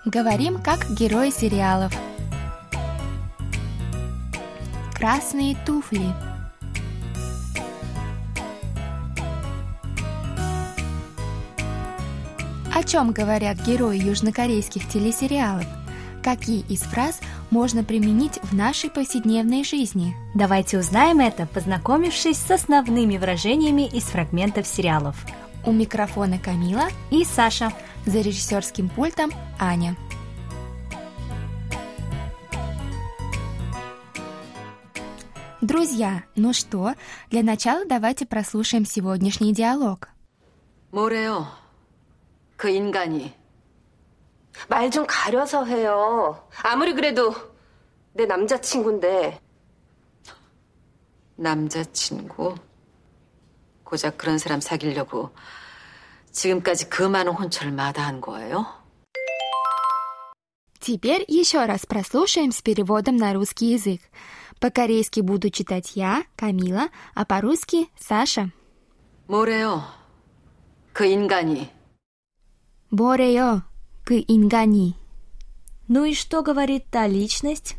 Говорим как герои сериалов. Красные туфли. О чем говорят герои южнокорейских телесериалов? Какие из фраз можно применить в нашей повседневной жизни? Давайте узнаем это, познакомившись с основными выражениями из фрагментов сериалов. У микрофона Камила и Саша. За режиссерским пультом Аня. Друзья, ну что, для начала давайте прослушаем сегодняшний диалог. 뭐래요? 그 인간이. 말 좀 가려서 해요. 아무리 그래도 내 남자친구인데. 남자친구? 고작 그런 사람 사귀려고 지금까지 그 많은 혼처를 마다한 거예요? Теперь еще раз прослушаем с переводом на русский язык. По-корейски буду читать я, Камила, а по-русски Саша. 뭐래요? 그 인간이. 뭐래요? 그 인간이. Ну и что говорит та личность?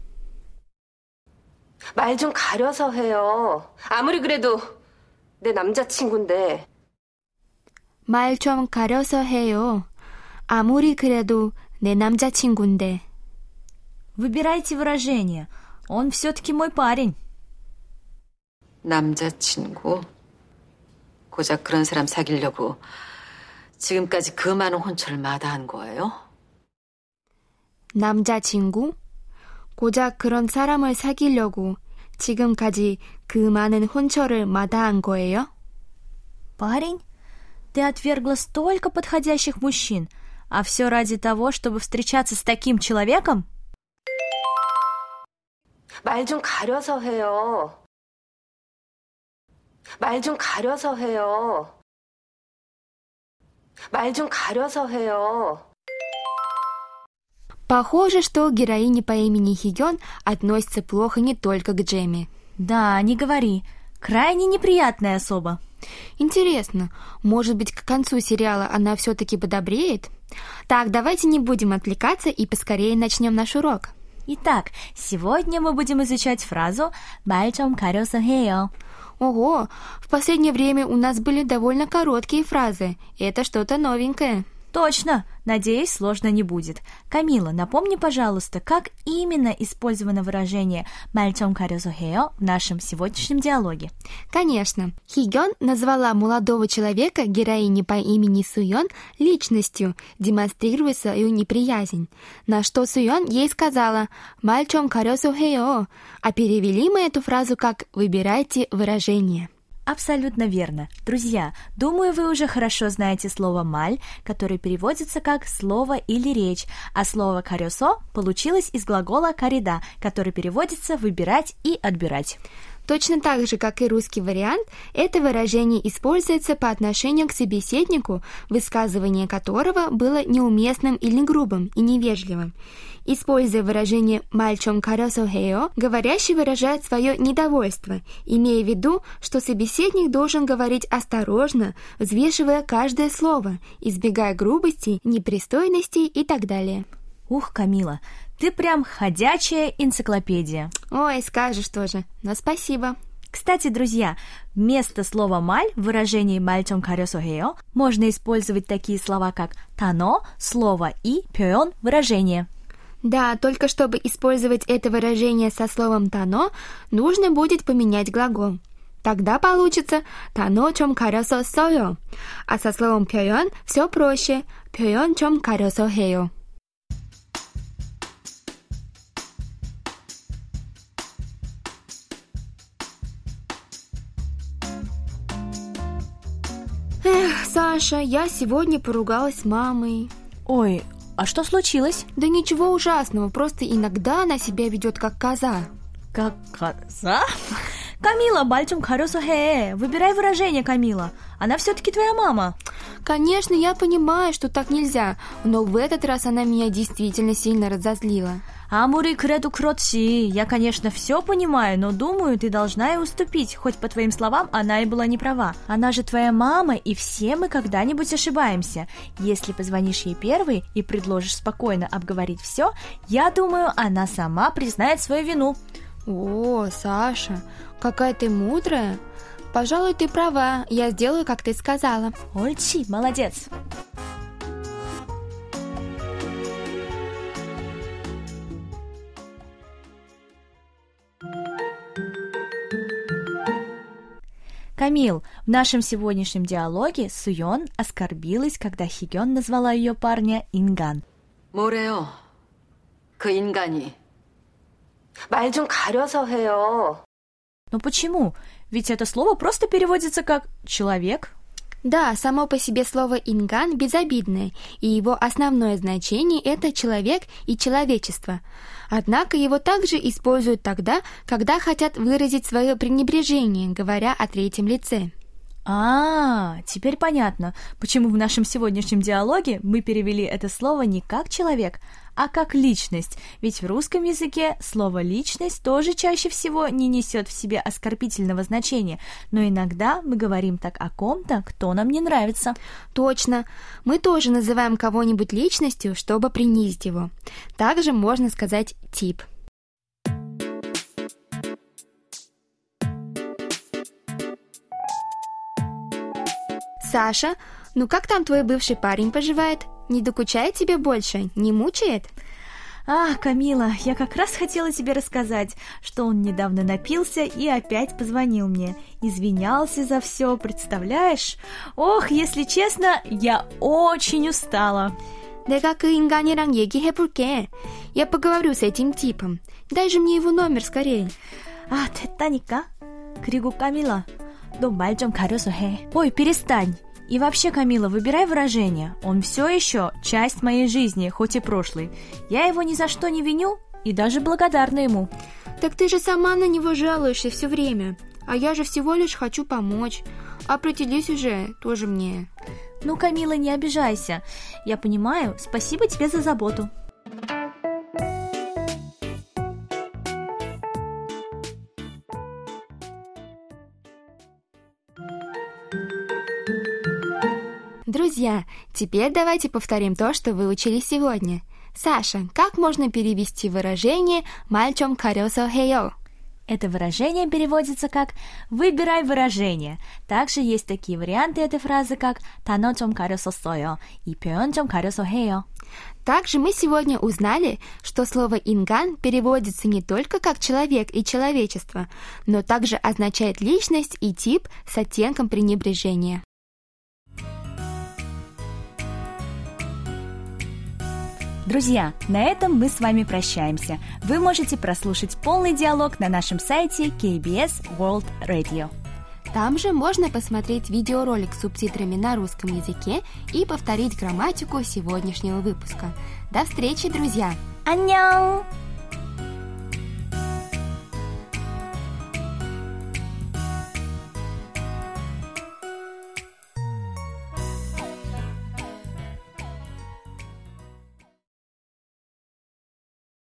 말 좀 가려서 해요. 아무리 그래도 내 남자친구인데. 말 좀 가려서 해요. 아무리 그래도 내 남자친구인데. Выбирайте выражение. Он все-таки мой парень. 남자친구? 고작 그런 사람 사귀려고 지금까지 그 많은 혼처를 마다한 거예요? 남자친구? 고작 그런 사람을 사귀려고 지금까지 그 많은 혼처를 마다한 거예요? Парень? Ты отвергла столько подходящих мужчин, а все ради того, чтобы встречаться с таким человеком? 말 좀 가려서 해요. 말 좀 가려서 해요. 말 좀 가려서 해요. Похоже, что героиня по имени Хигён относится плохо не только к Джеми. Да, не говори. Крайне неприятная особа. Интересно, может быть, к концу сериала она все-таки подобреет? Так, давайте не будем отвлекаться и поскорее начнем наш урок. Итак, сегодня мы будем изучать фразу «말 좀 가려서 해요». Ого, в последнее время у нас были довольно короткие фразы. Это что-то новенькое. Точно! Надеюсь, сложно не будет. Камила, напомни, пожалуйста, как именно использовано выражение «말 좀 가려서 해요» в нашем сегодняшнем диалоге. Конечно. Хигён назвала молодого человека, героини по имени Суён, личностью, демонстрируя свою неприязнь. На что Суён ей сказала «말 좀 가려서 해요», а перевели мы эту фразу как «выбирайте выражение». Абсолютно верно. Друзья, думаю, вы уже хорошо знаете слово «маль», которое переводится как «слово» или «речь», а слово «карёсо» получилось из глагола «карида», который переводится «выбирать» и «отбирать». Точно так же, как и русский вариант, это выражение используется по отношению к собеседнику, высказывание которого было неуместным или грубым и невежливым. Используя выражение «말 좀 가려서 해요», говорящий выражает свое недовольство, имея в виду, что собеседник должен говорить осторожно, взвешивая каждое слово, избегая грубостей, непристойностей и так далее. Ух, Камила, ты прям ходячая энциклопедия. Ой, скажешь тоже, но спасибо. Кстати, друзья, вместо слова «маль» в выражении «말 좀 가려서 해요» можно использовать такие слова, как «тано» – слово и «표현» – выражение. Да, только чтобы использовать это выражение со словом «тано», нужно будет поменять глагол. Тогда получится «тано 좀 가려서 써요», а со словом «표현» все проще «표현 좀 가려서 해요». Эх, Саша, я сегодня поругалась с мамой. Ой, а что случилось? Да ничего ужасного, просто иногда она себя ведет как коза. Как коза? Камила, 말 좀 가려서 해. Выбирай выражение, Камила. Она все-таки твоя мама. Конечно, я понимаю, что так нельзя, но в этот раз она меня действительно сильно разозлила. Амури креду кротси. Я, конечно, все понимаю, но думаю, ты должна ей уступить, хоть по твоим словам она и была не права. Она же твоя мама, и все мы когда-нибудь ошибаемся. Если позвонишь ей первой и предложишь спокойно обговорить все, я думаю, она сама признает свою вину. О, Саша, какая ты мудрая. Пожалуй, ты права, я сделаю, как ты сказала. Ольчи, молодец. Камил, в нашем сегодняшнем диалоге Суён оскорбилась, когда Хигён назвала ее парня Инган. 뭐래요? 그 인간이. 말 좀 가려서 해요. Но почему? Ведь это слово просто переводится как «человек». Да, само по себе слово «инган» безобидное, и его основное значение – это человек и человечество. Однако его также используют тогда, когда хотят выразить свое пренебрежение, говоря о третьем лице. Теперь понятно, почему в нашем сегодняшнем диалоге мы перевели это слово не как «человек», а как «личность», ведь в русском языке слово «личность» тоже чаще всего не несет в себе оскорбительного значения, но иногда мы говорим так о ком-то, кто нам не нравится. Точно, мы тоже называем кого-нибудь личностью, чтобы принизить его. Также можно сказать «тип». Саша, ну как там твой бывший парень поживает? Не докучает тебе больше? Не мучает? Камила, я как раз хотела тебе рассказать, что он недавно напился и опять позвонил мне. Извинялся за все, представляешь? Ох, если честно, я очень устала. 내가 그 인간이랑 얘기해볼게. Я поговорю с этим типом. Дай же мне его номер скорее. 됐다니까. 그리고 까밀라, 너 말 좀 가려서 해. Ой, перестань. И вообще, Камила, выбирай выражение. Он все еще часть моей жизни, хоть и прошлой. Я его ни за что не виню и даже благодарна ему. Так ты же сама на него жалуешься все время. А я же всего лишь хочу помочь. Определись уже, тоже мне. Ну, Камила, не обижайся. Я понимаю, спасибо тебе за заботу. Друзья, теперь давайте повторим то, что выучили сегодня. Саша, как можно перевести выражение «말 좀 가려서 해요»? Это выражение переводится как «выбирай выражение». Также есть такие варианты этой фразы, как 단어 좀 가려서 써요 и 표현 좀 가려서 해요. Также мы сегодня узнали, что слово «инган» переводится не только как «человек» и «человечество», но также означает личность и тип с оттенком пренебрежения. Друзья, на этом мы с вами прощаемся. Вы можете прослушать полный диалог на нашем сайте KBS World Radio. Там же можно посмотреть видеоролик с субтитрами на русском языке и повторить грамматику сегодняшнего выпуска. До встречи, друзья! 안녕!